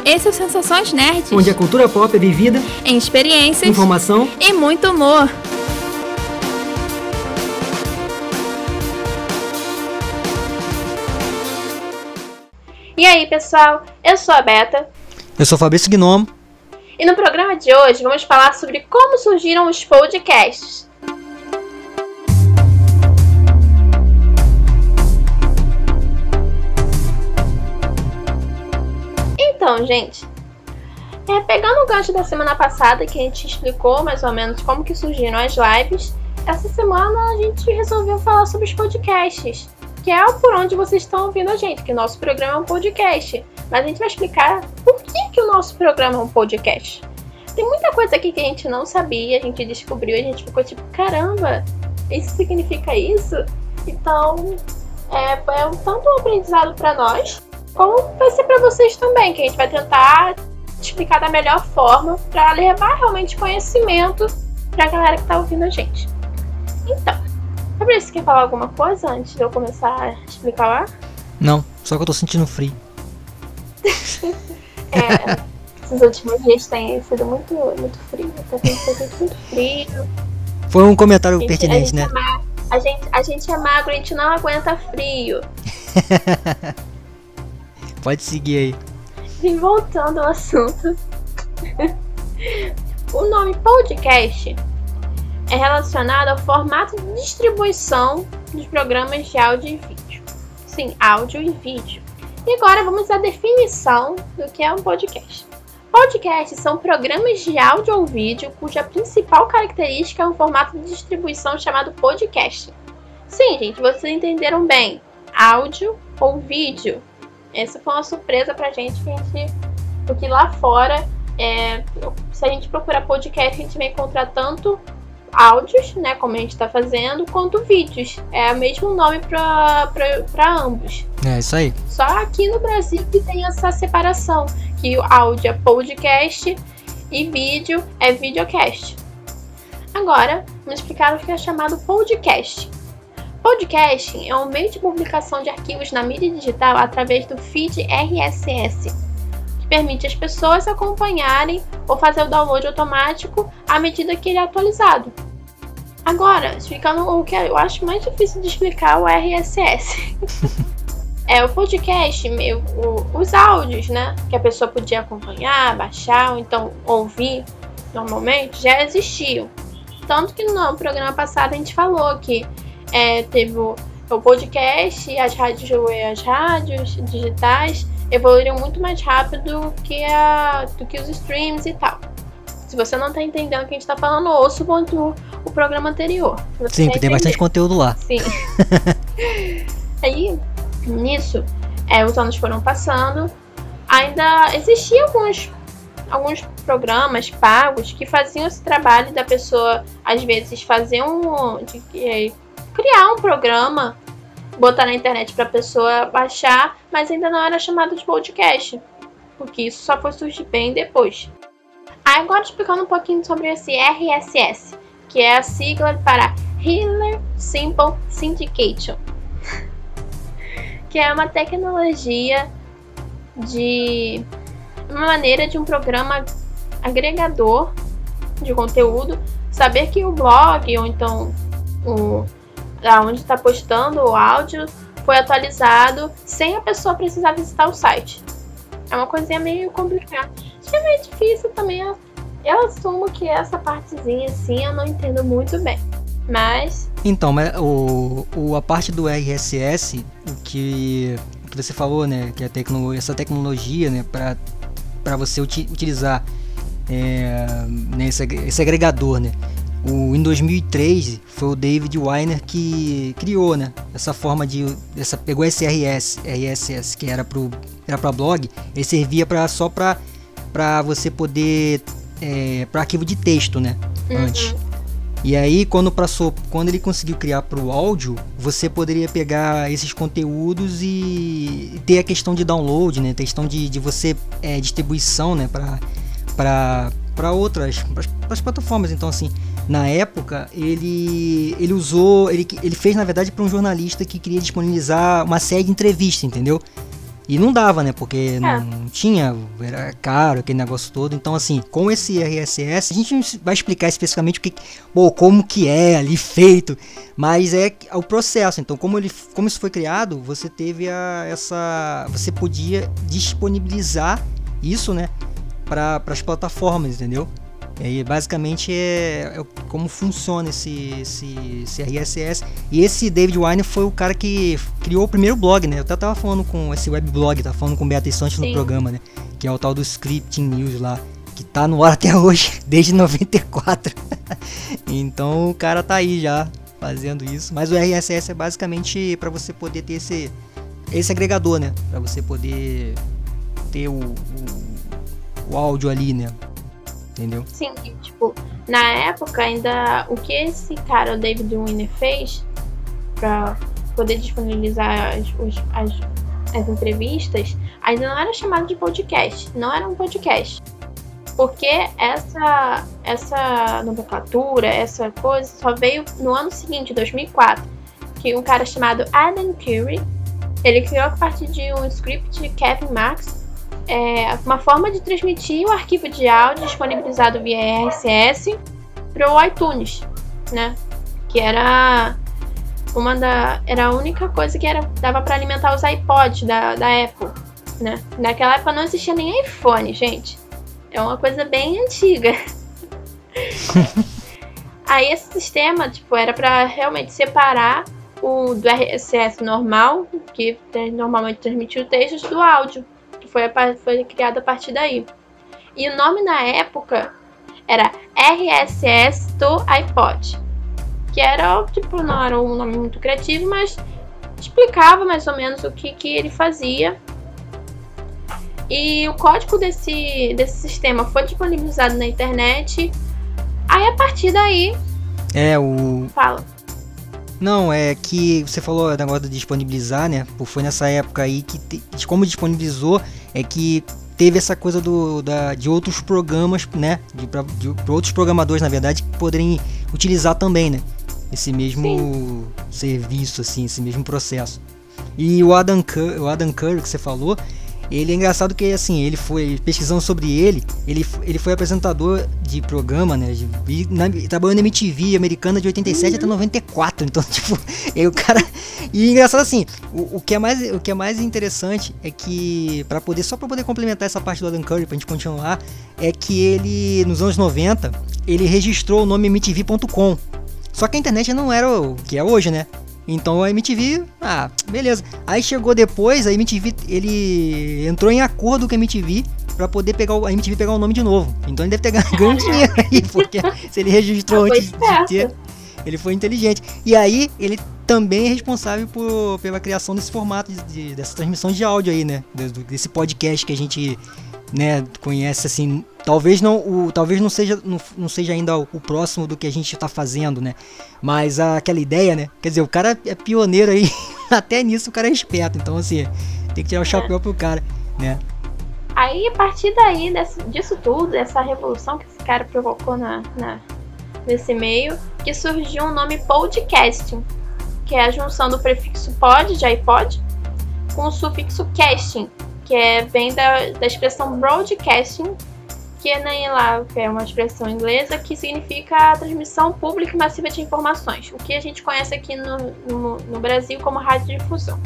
Esse é o Sensações Nerds, onde a cultura pop é vivida em experiências, informação e muito humor. E aí, pessoal, eu sou a Beta. Eu sou o Fabrício Gnomo. E no programa de hoje vamos falar sobre como surgiram os podcasts. Então, gente, pegando o gancho da semana passada, que a gente explicou mais ou menos como que surgiram as lives, essa semana a gente resolveu falar sobre os podcasts, que é por onde vocês estão ouvindo a gente, que o nosso programa é um podcast. Mas a gente vai explicar por que o nosso programa é um podcast. Tem muita coisa aqui que a gente não sabia, a gente descobriu, a gente ficou tipo, caramba, isso significa isso? Então, é um tanto um aprendizado para nós, como vai ser para vocês também, que a gente vai tentar explicar da melhor forma para levar realmente conhecimento para a galera que está ouvindo a gente. Então, Fabrício, quer falar alguma coisa antes de eu começar a explicar lá? Não, só que eu tô sentindo frio. Esses últimos dias tem sido muito frio, tá sendo muito frio. Foi um comentário pertinente, né? A gente é magro, a gente não aguenta frio. Pode seguir aí. E voltando ao assunto. O nome podcast é relacionado ao formato de distribuição dos programas de áudio e vídeo. Sim, áudio e vídeo. E agora vamos à definição do que é um podcast. Podcasts são programas de áudio ou vídeo cuja principal característica é um formato de distribuição chamado podcast. Sim, gente, vocês entenderam bem. Áudio ou vídeo. Essa foi uma surpresa pra gente, porque lá fora, se a gente procurar podcast, a gente vai encontrar tanto áudios, né, como a gente está fazendo, quanto vídeos. É o mesmo nome para ambos. É isso aí. Só aqui no Brasil que tem essa separação, que o áudio é podcast e vídeo é videocast. Agora, vamos explicar o que é chamado podcast. Podcast é um meio de publicação de arquivos na mídia digital através do feed RSS, que permite as pessoas acompanharem ou fazer o download automático à medida que ele é atualizado. Agora, explicando o que eu acho mais difícil de explicar, o RSS. O podcast, os áudios, né, que a pessoa podia acompanhar, baixar ou então ouvir normalmente, já existiam. Tanto que no programa passado a gente falou que teve o podcast e as rádios digitais evoluíram muito mais rápido do que os streams e tal. Se você não tá entendendo o que a gente tá falando, ouça o programa anterior. Sim, porque tem bastante conteúdo lá. Sim. Aí, nisso, os anos foram passando, ainda existiam alguns programas pagos que faziam esse trabalho da pessoa, às vezes, criar um programa, botar na internet para a pessoa baixar, mas ainda não era chamado de podcast, porque isso só foi surgir bem depois. Agora explicando um pouquinho sobre esse RSS, que é a sigla para Relay Simple Syndication, que é uma tecnologia uma maneira de um programa agregador de conteúdo saber que o blog ou então onde está postando o áudio foi atualizado sem a pessoa precisar visitar o site. É uma coisinha meio complicada. Acho que é meio difícil também. Eu assumo que essa partezinha assim eu não entendo muito bem. Mas... Então, a parte do RSS, o que você falou, né? Que essa tecnologia, né? Para você utilizar esse agregador, né? Em 2003 foi o David Weiner que criou, né, essa forma pegou esse RSS que era para blog, ele servia só para você poder para arquivo de texto, né, antes. E aí quando ele conseguiu criar para o áudio, você poderia pegar esses conteúdos e ter a questão de download, né, questão de você distribuição, né, para as plataformas. Então assim, na época ele fez na verdade para um jornalista que queria disponibilizar uma série de entrevistas, entendeu? E não dava, né? Porque não tinha, era caro, aquele negócio todo. Então, assim, com esse RSS, a gente vai explicar especificamente como que é ali feito, mas é o processo. Então, como isso foi criado, você teve você podia disponibilizar isso, né, para as plataformas, entendeu? E basicamente é como funciona esse RSS. E esse David Winer foi o cara que criou o primeiro blog, né? Eu até tava falando com esse webblog, tava falando com Beatriz Santos no programa, né? Que é o tal do Scripting News lá, que tá no ar até hoje, desde 94. Então o cara tá aí já fazendo isso. Mas o RSS é basicamente para você poder ter esse agregador, né? Para você poder ter o áudio ali, né? Entendeu? Sim, tipo, na época ainda o que esse cara, o David Winer, fez pra poder disponibilizar as entrevistas, ainda não era chamado de podcast, não era um podcast. Porque essa nomenclatura, essa coisa, só veio no ano seguinte, 2004, que um cara chamado Adam Curry, ele criou a partir de um script de Kevin Marks, uma forma de transmitir o arquivo de áudio disponibilizado via RSS para o iTunes, né? Que era a única coisa que dava para alimentar os iPods da Apple, né? Naquela época não existia nem iPhone, gente. É uma coisa bem antiga. Aí esse sistema, tipo, era para realmente separar o do RSS normal, que normalmente transmitia o texto, do áudio. Foi criado a partir daí. E o nome na época era RSS to iPod, que era, tipo, não era um nome muito criativo, mas explicava mais ou menos o que ele fazia. E o código desse sistema foi disponibilizado na internet. Aí a partir daí... Fala. Não, é que você falou o negócio de disponibilizar, né? Foi nessa época aí que, como disponibilizou, é que teve essa coisa de outros programas, né? De outros programadores, na verdade, que poderem utilizar também, né? Esse mesmo serviço, assim, esse mesmo processo. E o Adam Curry que você falou, ele é engraçado que, assim, ele foi pesquisando sobre ele foi apresentador de programa, né, trabalhou na MTV americana de 87 até 94, então, tipo, o cara... E engraçado, assim, o que é mais interessante é que, só pra poder complementar essa parte do Adam Curry, pra gente continuar, é que ele, nos anos 90, ele registrou o nome MTV.com, só que a internet não era o que é hoje, né? Então a MTV, beleza. Aí chegou depois, a MTV, ele entrou em acordo com a MTV pra poder a MTV pegar o nome de novo. Então ele deve ter ganho dinheiro aí, porque se ele registrou antes de ter, ele foi inteligente. E aí ele também é responsável pela criação desse formato, dessa transmissão de áudio aí, né? Desse podcast que a gente, né, conhece, assim. Talvez não seja ainda o próximo do que a gente tá fazendo, né? Mas aquela ideia, né? Quer dizer, o cara é pioneiro aí, até nisso o cara é esperto. Então, assim, tem que tirar o chapéu pro cara, né? Aí, a partir daí, disso tudo, dessa revolução que esse cara provocou nesse meio, que surgiu o nome podcasting, que é a junção do prefixo pod, de iPod, com o sufixo casting, que vem da expressão broadcasting, que é uma expressão inglesa que significa a transmissão pública e massiva de informações, o que a gente conhece aqui no Brasil como radiodifusão.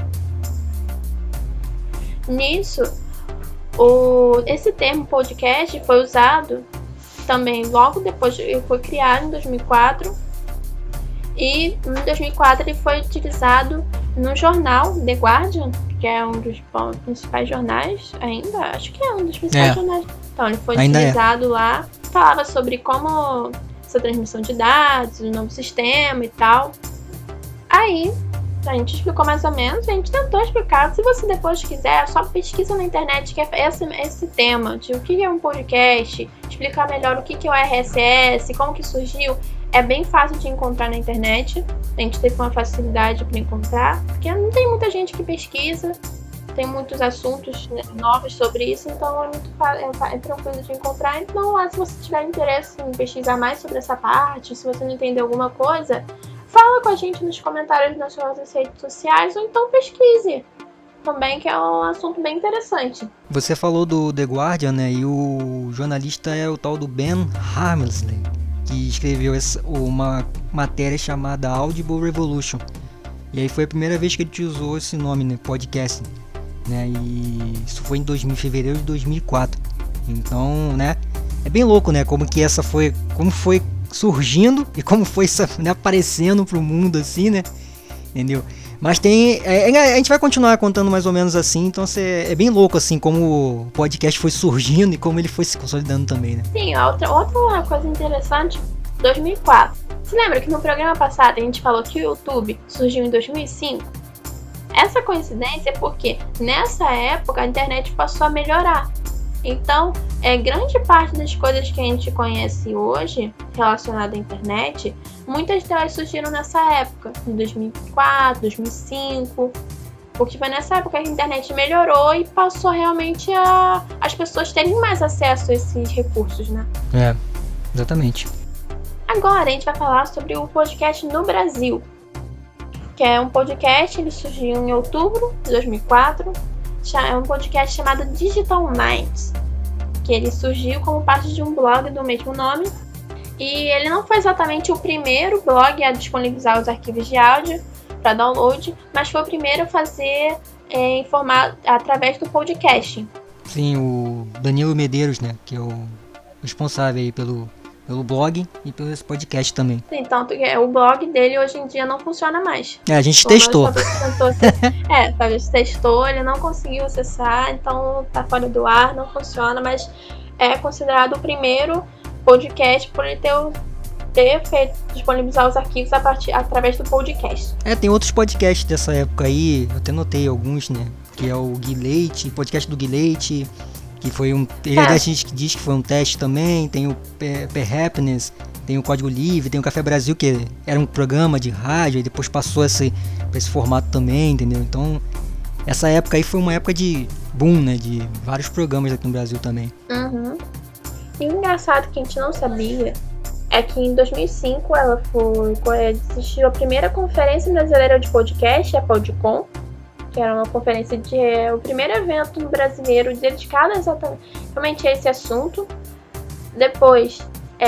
Nisso, esse termo podcast foi usado também logo depois, ele foi criado em 2004, e em 2004 ele foi utilizado no jornal The Guardian, que é um dos principais jornais ainda, acho que é um dos principais jornais. Então ele foi utilizado lá, falava sobre como essa transmissão de dados, o novo sistema e tal. Aí a gente explicou mais ou menos, a gente tentou explicar. Se você depois quiser, só pesquisa na internet que é esse tema, de o que é um podcast, explicar melhor o que é o RSS, como que surgiu. É bem fácil de encontrar na internet. A gente teve uma facilidade para encontrar, porque não tem muita gente que pesquisa, tem muitos assuntos novos sobre isso, então é tranquilo de encontrar. Então, lá, se você tiver interesse em pesquisar mais sobre essa parte, se você não entender alguma coisa, fala com a gente nos comentários nas nossas redes sociais, ou então pesquise. também, que é um assunto bem interessante. Você falou do The Guardian, né? E o jornalista é o tal do Ben Harmsley, que escreveu uma matéria chamada Audible Revolution. E aí foi a primeira vez que ele usou esse nome, né? Podcast, né? E isso foi em fevereiro de 2004. Então, né? É bem louco, né? Como foi surgindo e como foi, né, aparecendo pro mundo assim, né? Entendeu? Mas a gente vai continuar contando mais ou menos assim, então é bem louco assim como o podcast foi surgindo e como ele foi se consolidando também, né? Sim, outra coisa interessante, 2004. Você lembra que no programa passado a gente falou que o YouTube surgiu em 2005? Essa coincidência é porque nessa época a internet passou a melhorar. Então, grande parte das coisas que a gente conhece hoje relacionadas à internet, muitas delas surgiram nessa época, em 2004, 2005, porque foi nessa época que a internet melhorou e passou realmente as pessoas terem mais acesso a esses recursos, né? É, exatamente. Agora a gente vai falar sobre o podcast no Brasil, que é um podcast, ele surgiu em outubro de 2004, é um podcast chamado Digital Minds, que ele surgiu como parte de um blog do mesmo nome, e ele não foi exatamente o primeiro blog a disponibilizar os arquivos de áudio para download, mas foi o primeiro a fazer em formato através do podcast. Sim, o Danilo Medeiros, né, que é o responsável aí pelo blog e pelo podcast também. Então, o blog dele hoje em dia não funciona mais. A gente testou. Talvez testou, ele não conseguiu acessar, então tá fora do ar, não funciona, mas é considerado o primeiro podcast por ele ter feito disponibilizar os arquivos através do podcast. Tem outros podcasts dessa época aí, eu até notei alguns, né, que é o Gui Leite, podcast do Gui Leite, que foi a gente diz que foi um teste também, tem o P-Happiness, tem o Código Livre, tem o Café Brasil, que era um programa de rádio e depois passou pra esse formato também, entendeu? Então, essa época aí foi uma época de boom, né, de vários programas aqui no Brasil também. Uhum. E o engraçado que a gente não sabia é que em 2005 existiu a primeira conferência brasileira de podcast, a Podcon, que era uma conferência o primeiro evento brasileiro dedicado exatamente a esse assunto. Depois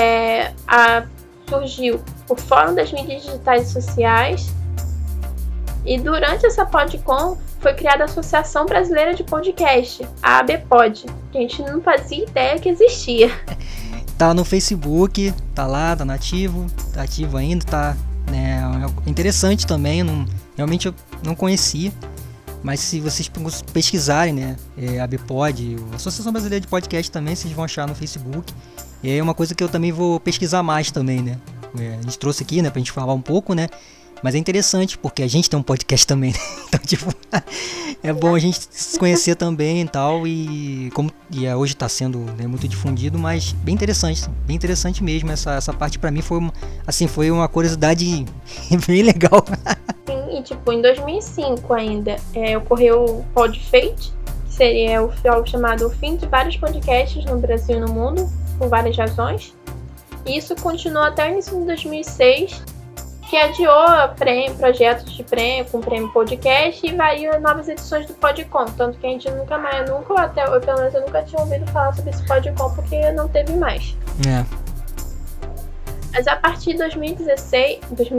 surgiu o Fórum das Mídias Digitais e Sociais, e durante essa Podcon foi criada a Associação Brasileira de Podcast, a ABPOD, que a gente não fazia ideia que existia. Tá no Facebook, tá lá, tá nativo, tá ativo ainda, tá, né, é interessante também, realmente eu não conhecia. Mas se vocês pesquisarem, né, a ABPOD, a Associação Brasileira de Podcast também, vocês vão achar no Facebook. E é uma coisa que eu também vou pesquisar mais também, né. A gente trouxe aqui, né, pra gente falar um pouco, né. Mas é interessante, porque a gente tem um podcast também, né? Então, tipo, é bom a gente se conhecer também e tal. E hoje tá sendo, né, muito difundido, mas bem interessante mesmo. Essa parte pra mim foi uma curiosidade bem legal. Sim, e tipo, em 2005 ainda ocorreu o PodFate, que seria o chamado fim de vários podcasts no Brasil e no mundo, por várias razões. E isso continuou até o início de 2006, que adiou projetos de prêmio com prêmio podcast e variou novas edições do Podcon, tanto que a gente pelo menos eu nunca tinha ouvido falar sobre esse Podcon porque não teve mais. Mas a partir de 2006.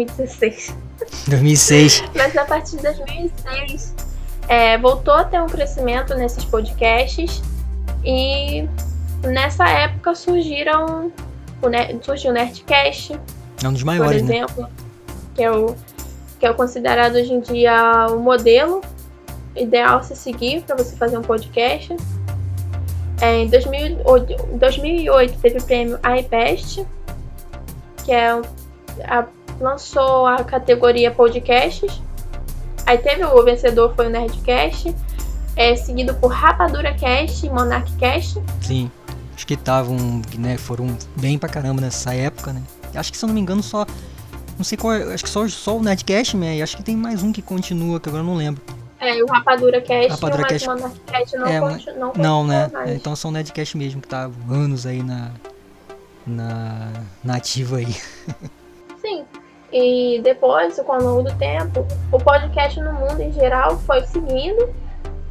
Mas a partir de 2006 voltou a ter um crescimento nesses podcasts, e nessa época surgiu o Nerdcast, é um dos maiores, por exemplo, né? que é considerado hoje em dia o modelo ideal a se seguir para você fazer um podcast. Em 2008 teve o prêmio iBest, que lançou a categoria podcasts. Aí teve o vencedor, foi o Nerdcast, seguido por Rapadura Cast e Monarch Cast. Sim, acho que foram bem pra caramba nessa época, né? Acho que, se eu não me engano, não sei qual, acho que só o Nerdcast, né? E acho que tem mais um que continua, que agora eu não lembro. O Rapadura Cast, mas o Monarch Cast não né? mais. Então são o Nerdcast mesmo, que tá há anos aí na ativa aí. Sim, e depois, com o longo do tempo, o podcast no mundo em geral foi seguindo,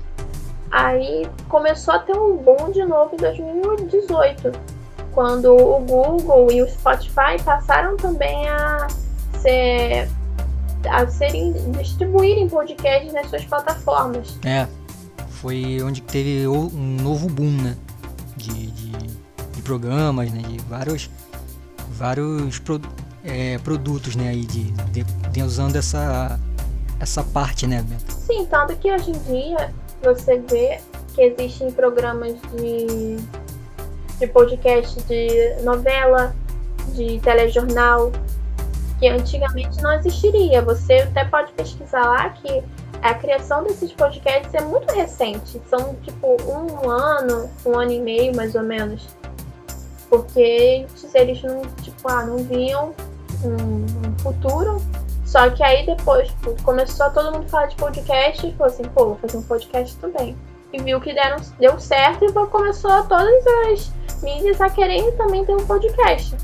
Aí começou a ter um boom de novo em 2018, quando o Google e o Spotify passaram também a distribuírem podcasts nas suas plataformas. Foi onde teve um novo boom, né? De programas, né? De vários produtos, né? Aí usando essa parte, né, Beto? Sim, tanto que hoje em dia você vê que existem programas de podcast de novela, de telejornal, que antigamente não existiria. Você até pode pesquisar lá que a criação desses podcasts é muito recente. São tipo um ano e meio mais ou menos. Porque eles não viam um futuro. Só que aí depois começou todo mundo a falar de podcast e falou assim, vou fazer um podcast também. E viu que deu certo e começou todas as mídias a quererem também ter um podcast.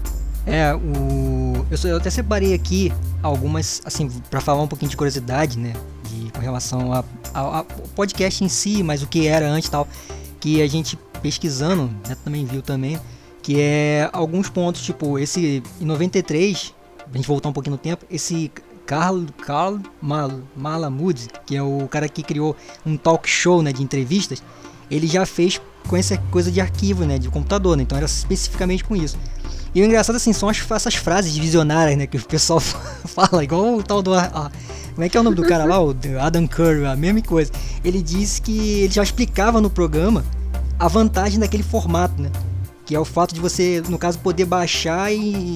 Eu até separei aqui algumas, assim, para falar um pouquinho de curiosidade, né? Com relação ao podcast em si, mas o que era antes e tal, que a gente pesquisando, né, também viu também, que é alguns pontos, tipo, esse em 93, a gente voltar um pouquinho no tempo, esse Carl Malamud, que é o cara que criou um talk show, né, de entrevistas, ele já fez com essa coisa de arquivo, né, de computador, né, então era especificamente com isso. E o engraçado, assim, são essas frases visionárias, né, que o pessoal fala, igual o tal do... como é que é o nome do cara lá? O Adam Curry, a mesma coisa. Ele disse que ele já explicava no programa a vantagem daquele formato, né, que é o fato de você, no caso, poder baixar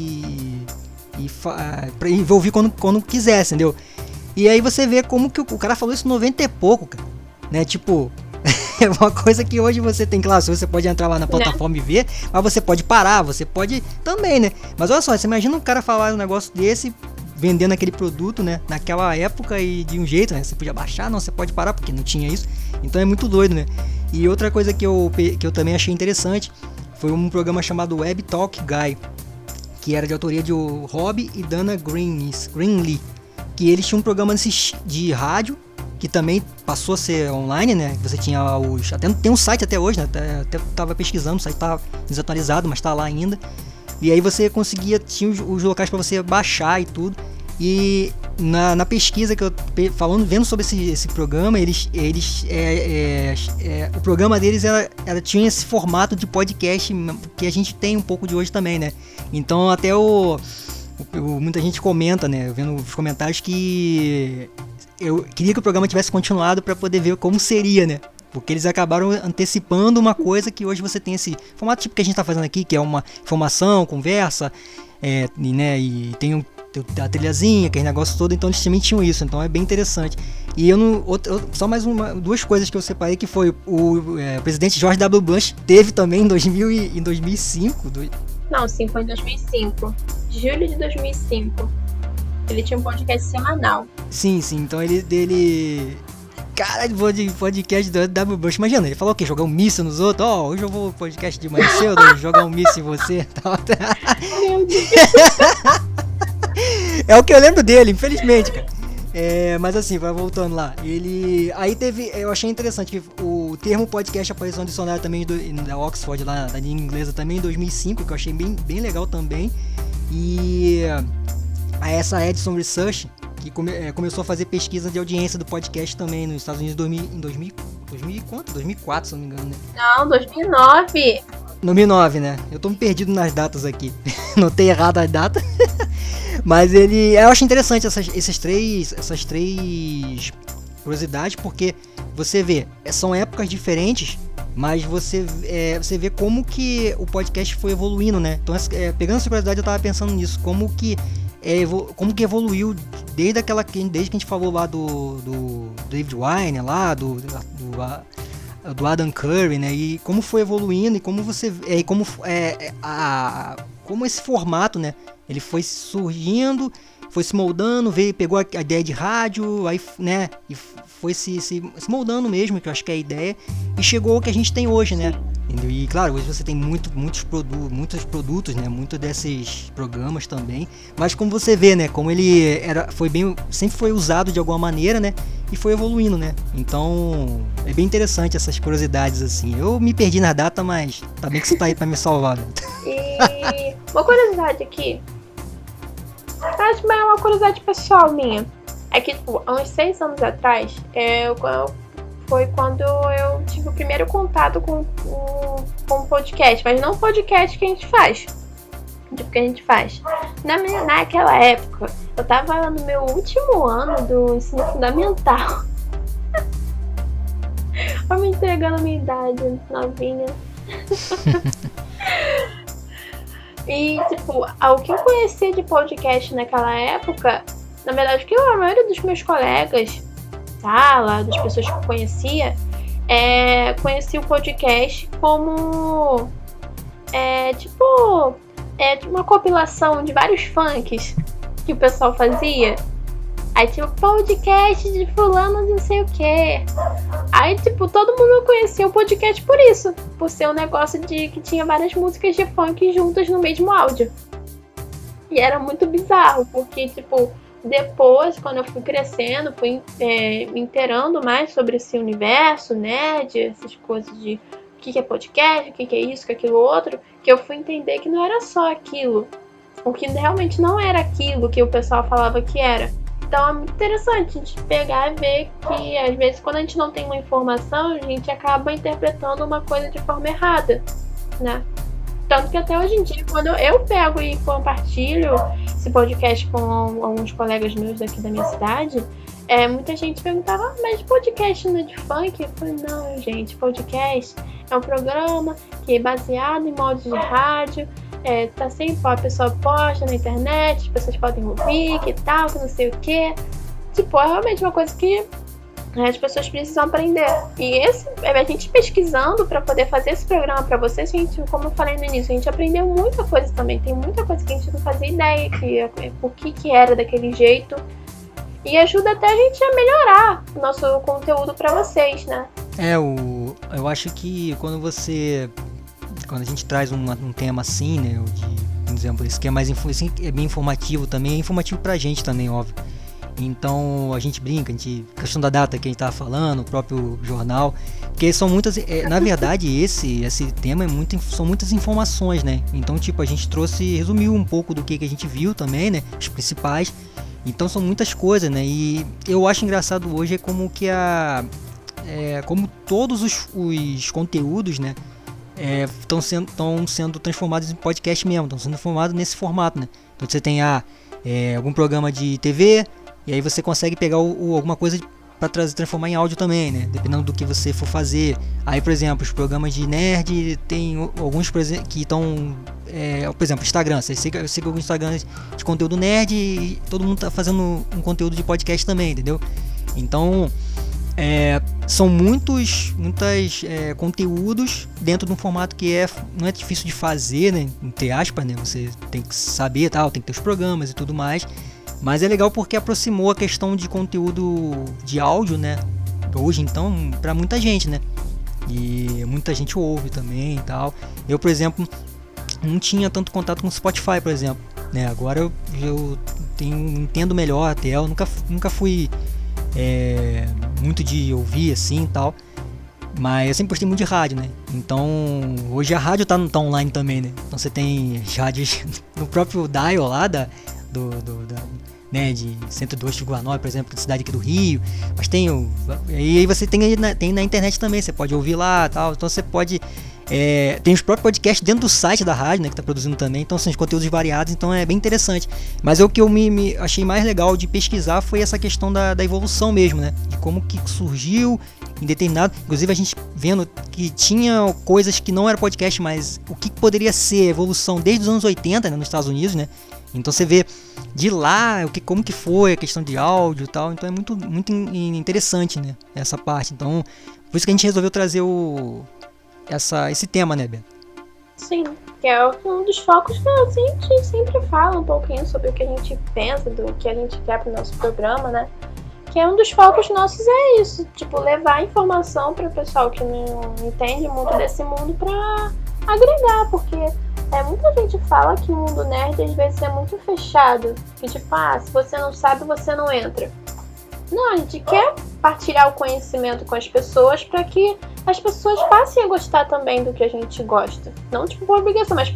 pra ouvir quando quisesse, entendeu? E aí você vê como que o cara falou isso 90 e pouco, cara, né, tipo, é uma coisa que hoje você tem, claro, você pode entrar lá na plataforma e ver, mas você pode parar, você pode também, né, mas olha só, você imagina um cara falar um negócio desse, vendendo aquele produto, né, naquela época e de um jeito, né, você podia baixar, não, você pode parar, porque não tinha isso, então é muito doido, né. E outra coisa que eu também achei interessante, foi um programa chamado Web Talk Guy, que era de autoria de Rob e Dana Greenlee, que eles tinham um programa de rádio, que também passou a ser online, né? Você tinha até tem um site até hoje, né? Até tava pesquisando, o site tá desatualizado, mas tá lá ainda. E aí você tinha os locais para você baixar e tudo. E na pesquisa que eu vendo sobre esse programa, o programa deles tinha esse formato de podcast que a gente tem um pouco de hoje também, né? Então até muita gente comenta, né? Vendo os comentários que eu queria que o programa tivesse continuado para poder ver como seria, né? Porque eles acabaram antecipando uma coisa que hoje você tem esse formato tipo que a gente tá fazendo aqui, que é uma informação, conversa, né? E tem a trilhazinha, aquele negócio todo, então eles também tinham isso, então é bem interessante. E só mais duas coisas que eu separei, que foi o presidente George W. Bush teve também em 2005. Não, sim, foi em 2005. Julho de 2005. Ele tinha um podcast semanal. Sim, então ele... Cara, de podcast do W. Bush, imagina, ele falou o quê? Jogar um míssil nos outros? Hoje eu vou podcast de manhã cedo, jogar um míssil em você. Meu Deus. É o que eu lembro dele, infelizmente, cara. Mas assim, vai voltando lá. Aí eu achei interessante que o termo podcast apareceu no dicionário também da Oxford, lá da língua inglesa, também em 2005, que eu achei bem, bem legal também. E essa Edison Research, que começou a fazer pesquisa de audiência do podcast também nos Estados Unidos em 2004, se não me engano, né? Não, 2009. 2009, né? Eu tô me perdido nas datas aqui. Notei errado as datas. Mas eu acho interessante essas três curiosidades, porque você vê, são épocas diferentes, mas você vê como que o podcast foi evoluindo, né? Então, pegando essa curiosidade, eu tava pensando nisso, como que evoluiu desde que a gente falou lá do David Weiner, lá do Adam Curry, né? E como foi evoluindo e como como esse formato, né? Ele foi surgindo, foi se moldando, pegou a ideia de rádio, aí, né? E foi se moldando mesmo, que eu acho que é a ideia, e chegou ao que a gente tem hoje, né? E claro, hoje você tem muitos produtos, né? Muitos desses programas também, mas como você vê, né? Como ele sempre foi usado de alguma maneira, né? e foi evoluindo, né? Então é bem interessante essas curiosidades assim. Eu me perdi na data, mas tá bem que você tá aí pra me salvar, né? E uma curiosidade aqui, acho que é uma curiosidade pessoal minha, é que tipo, há uns 6 anos atrás, foi quando eu tive o primeiro contato com o podcast, mas não o podcast que a gente faz. Tipo, que a gente faz. Naquela época, eu tava no meu último ano do ensino fundamental. Eu me entregando a minha idade, novinha. E, tipo, o que eu conhecia de podcast naquela época, na verdade, que a maioria dos meus colegas, sala, das pessoas que eu conhecia o podcast como uma compilação de vários funks que o pessoal fazia. Aí tipo, podcast de fulano de não sei o que. Aí tipo, todo mundo conhecia o podcast por isso, por ser um negócio que tinha várias músicas de funk juntas no mesmo áudio. E era muito bizarro, porque tipo, depois, quando eu fui crescendo, fui me inteirando mais sobre esse universo, nerd, essas coisas de o que é podcast, o que é isso, o que é aquilo outro, que eu fui entender que não era só aquilo, o que realmente não era aquilo que o pessoal falava que era. Então é muito interessante a gente pegar e ver que às vezes quando a gente não tem uma informação, a gente acaba interpretando uma coisa de forma errada, né? Tanto que até hoje em dia, quando eu pego e compartilho esse podcast com alguns colegas meus daqui da minha cidade, muita gente perguntava, mas podcast não é de funk? Eu falei, não, gente, podcast é um programa que é baseado em modos de rádio, tá sempre, a pessoa posta na internet, as pessoas podem ouvir, que tal, que não sei o que. Tipo, é realmente uma coisa que as pessoas precisam aprender. E a gente pesquisando para poder fazer esse programa para vocês, gente, como eu falei no início, a gente aprendeu muita coisa também. Tem muita coisa que a gente não fazia ideia por que era daquele jeito. E ajuda até a gente a melhorar o nosso conteúdo para vocês, né? Eu acho que quando a gente traz um tema assim, né, por exemplo, esse que é mais é bem informativo também, é informativo pra gente também, óbvio. Então a gente brinca, questão da data que a gente tava falando, o próprio jornal, porque são muitas, na verdade esse tema são muitas informações, né? Então tipo, a gente resumiu um pouco do que a gente viu também, né? Os principais. Então são muitas coisas, né? E eu acho engraçado hoje como que como todos os conteúdos, né? Estão sendo transformados em podcast mesmo, estão sendo transformados nesse formato, né? Então você tem algum programa de TV, e aí você consegue pegar alguma coisa para transformar em áudio também, né? Dependendo do que você for fazer. Aí, por exemplo, os programas de nerd, tem alguns que estão... por exemplo, Instagram. Você siga alguns Instagrams de conteúdo nerd e todo mundo tá fazendo um conteúdo de podcast também, entendeu? Então... são muitos conteúdos dentro de um formato que não é difícil de fazer, né? Entre aspas, né? Você tem que saber, tem que ter os programas e tudo mais. Mas é legal porque aproximou a questão de conteúdo de áudio, né? Hoje, então, para muita gente, né? E muita gente ouve também e tal. Eu, por exemplo, não tinha tanto contato com o Spotify, por exemplo, né? Agora eu entendo melhor até. Eu nunca fui... muito de ouvir assim e tal, mas eu sempre gostei muito de rádio, né? Então hoje a rádio tá online também, né? Então você tem as rádios no próprio dial lá né, de 102,9, por exemplo, da cidade aqui do Rio, mas e aí você tem na internet também, você pode ouvir lá e tal, então você pode tem os próprios podcasts dentro do site da rádio, né, que está produzindo também, então são os conteúdos variados, então é bem interessante. Mas o que eu me achei mais legal de pesquisar foi essa questão da evolução mesmo, né, de como que surgiu em determinado, inclusive a gente vendo que tinha coisas que não era podcast, mas o que poderia ser evolução desde os anos 80, né, nos Estados Unidos, né. Então você vê de lá como que foi a questão de áudio e tal, então é muito, muito interessante, né, essa parte. Então por isso que a gente resolveu trazer esse tema, né, Beto? Sim, que é um dos focos que a gente sempre fala um pouquinho sobre o que a gente pensa, do que a gente quer pro nosso programa, né? Que é um dos focos nossos isso, tipo, levar informação para o pessoal que não entende muito desse mundo para agregar, porque muita gente fala que o mundo nerd às vezes é muito fechado, que tipo, se você não sabe, você não entra. Não, a gente quer compartilhar o conhecimento com as pessoas para que as pessoas passem a gostar também do que a gente gosta. Não tipo por obrigação, mas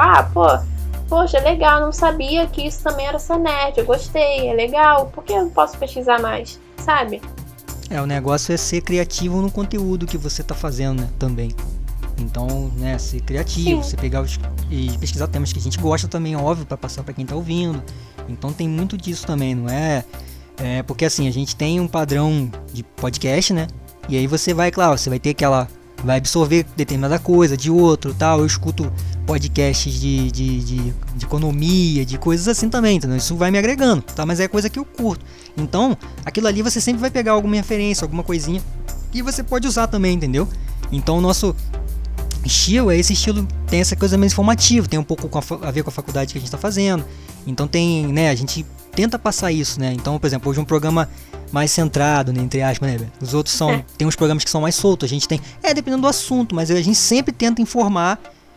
poxa, legal, não sabia que isso também era ser nerd, eu gostei, é legal, por que eu não posso pesquisar mais, sabe? O negócio é ser criativo no conteúdo que você tá fazendo, né, também. Então, né, ser criativo, você pegar e pesquisar temas que a gente gosta também, óbvio, para passar para quem tá ouvindo. Então tem muito disso também, não é? Porque assim, a gente tem um padrão de podcast, né? E aí você vai, claro, você vai ter vai absorver determinada coisa de outro, tal. Eu escuto podcasts de economia, de coisas assim também, entendeu? Isso vai me agregando, tá? Mas é coisa que eu curto. Então, aquilo ali você sempre vai pegar alguma referência, alguma coisinha e você pode usar também, entendeu? Então o nosso estilo esse estilo, tem essa coisa mais informativa, tem um pouco a ver com a faculdade que a gente está fazendo. Então tem, né, a gente tenta passar isso, né? Então, por exemplo, hoje um programa mais centrado, né, entre aspas, né? Os outros tem uns programas que são mais soltos, a gente tem, dependendo do assunto, mas a gente sempre tenta informar,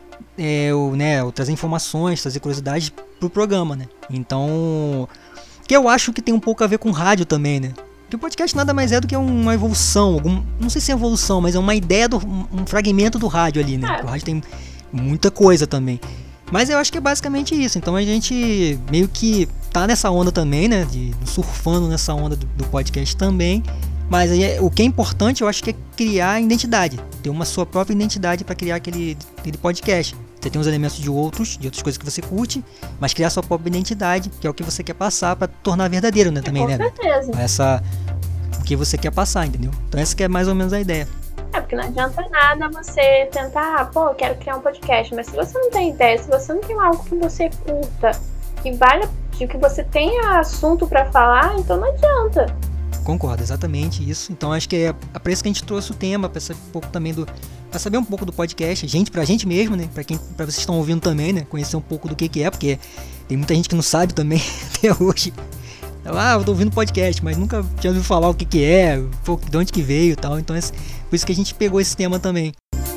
ou trazer informações, trazer curiosidades pro programa, né? Então, que eu acho que tem um pouco a ver com rádio também, né? Porque o podcast nada mais é do que uma evolução, não sei se é evolução, mas é uma ideia, um fragmento do rádio ali, né? O rádio tem muita coisa também. Mas eu acho que é basicamente isso. Então a gente meio que tá nessa onda também, né? Surfando nessa onda do podcast também. Mas aí, o que é importante, eu acho que é criar identidade. Ter uma sua própria identidade para criar aquele podcast. Você tem os elementos de outras coisas que você curte, mas criar sua própria identidade, que é o que você quer passar para tornar verdadeiro, né? Também, com né? certeza. O que você quer passar, entendeu? Então essa que é mais ou menos a ideia. Porque não adianta nada você tentar, eu quero criar um podcast, mas se você não tem ideia, se você não tem algo que você curta, que você tenha assunto pra falar, então não adianta. Concordo, exatamente isso. Então acho que é para isso que a gente trouxe o tema, para saber um pouco também para saber um pouco do podcast, pra gente mesmo, né? Para vocês que estão ouvindo também, né? Conhecer um pouco do que é, porque tem muita gente que não sabe também até hoje. Eu tô ouvindo podcast, mas nunca tinha ouvido falar o que é, de onde que veio e tal. Então por isso que a gente pegou esse tema também.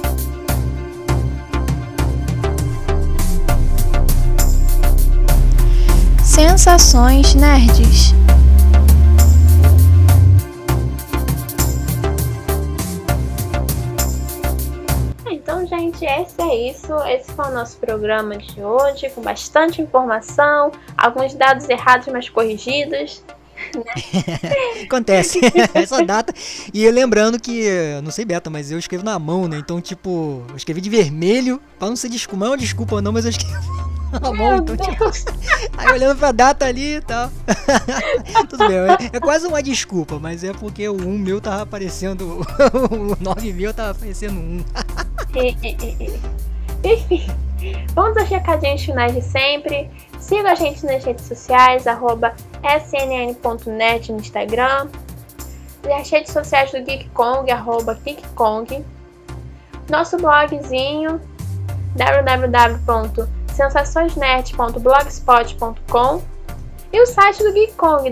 Sensações nerds. Então, gente, esse foi o nosso programa de hoje, com bastante informação, alguns dados errados, mas corrigidos. Acontece, essa data. E lembrando que, não sei beta, mas eu escrevo na mão, né? Então, tipo, eu escrevi de vermelho, pra não ser desculpa não, mas eu escrevo na mão, então, tipo, aí olhando pra data ali e tal. Tudo bem, é quase uma desculpa, mas é porque o 1 meu tava aparecendo, o 9 meu tava aparecendo 1. Enfim, vamos aos recadinhos finais de sempre. Siga a gente nas redes sociais, @snn.net no Instagram. E as redes sociais do Geek Kong, @GeekKong. Nosso blogzinho, www.sensaçõesnet.blogspot.com. E o site do Geek Kong,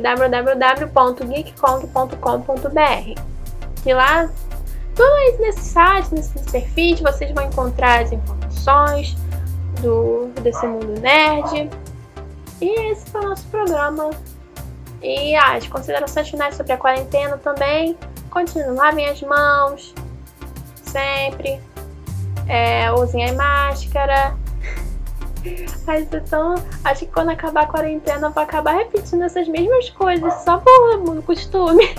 www.geekkong.com.br. E lá, tudo isso nesse site, nesse perfil, vocês vão encontrar as informações desse mundo nerd. E esse foi o nosso programa. E as considerações finais sobre a quarentena também. Continuem, lavem as mãos sempre. Usem a máscara. Mas então, acho que quando acabar a quarentena eu vou acabar repetindo essas mesmas coisas, só por costume.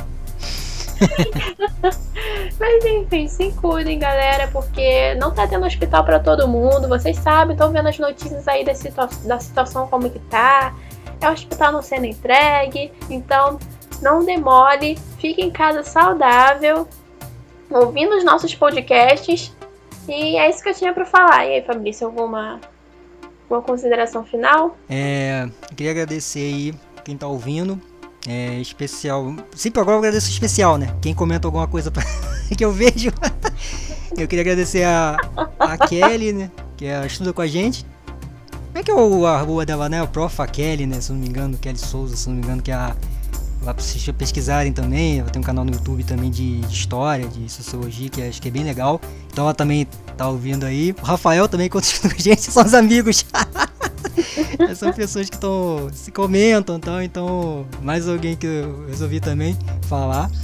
Mas enfim, se cuidem, galera, porque não tá tendo hospital pra todo mundo. Vocês sabem, estão vendo as notícias aí da situação como que tá. É o hospital não sendo entregue. Então, não demore. Fique em casa saudável, ouvindo os nossos podcasts. E é isso que eu tinha pra falar. E aí, Fabrício, alguma consideração final? Eu queria agradecer aí quem tá ouvindo. Especial. Sempre agora eu agradeço especial, né? Quem comenta alguma coisa que eu vejo. Eu queria agradecer a Kelly, né? Que estuda com a gente. Como é que é a rua dela, né? O Prof. Kelly, né? Se não me engano, Kelly Souza, se não me engano, que é lá pra vocês pesquisarem também. Ela tem um canal no YouTube também de história, de sociologia, que acho que é bem legal. Então ela também tá ouvindo aí. O Rafael também, que estuda com a gente, são os amigos. São pessoas que se comentam, então mais alguém que eu resolvi também falar.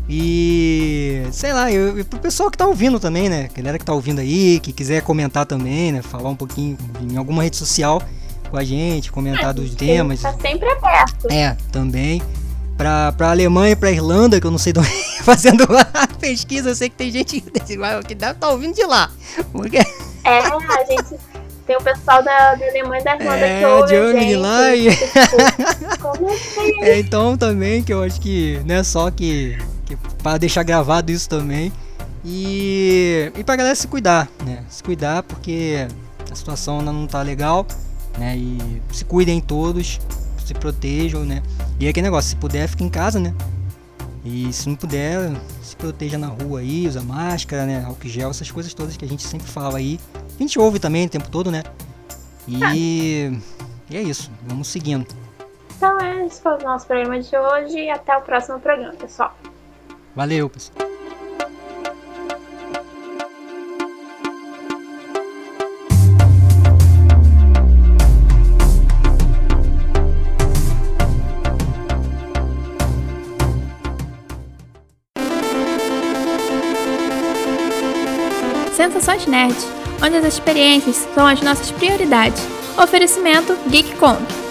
E sei lá, e pro pessoal que tá ouvindo também, né? Galera que tá ouvindo aí, que quiser comentar também, né? Falar um pouquinho em alguma rede social com a gente, comentar dos temas. Tá sempre aberto. Também. Pra Alemanha e pra Irlanda, que eu não sei de onde, fazendo a pesquisa, eu sei que tem gente que deve estar ouvindo de lá. Porque... a gente tem o pessoal da Alemanha e da Irlanda que ouve a gente. De lá e... Como assim? Então também, que eu acho que, né, só que para deixar gravado isso também. E pra galera se cuidar, né? Se cuidar porque a situação ainda não tá legal, né? E se cuidem todos, se protejam, né? E é aquele negócio, se puder, fica em casa, né? E se não puder, se proteja na rua aí, usa máscara, né? Álcool gel, essas coisas todas que a gente sempre fala aí. A gente ouve também o tempo todo, né? E é isso, vamos seguindo. Então esse foi o nosso programa de hoje e até o próximo programa, pessoal. Valeu, pessoal. Sensações Nerd, onde as experiências são as nossas prioridades. Oferecimento GeekCon.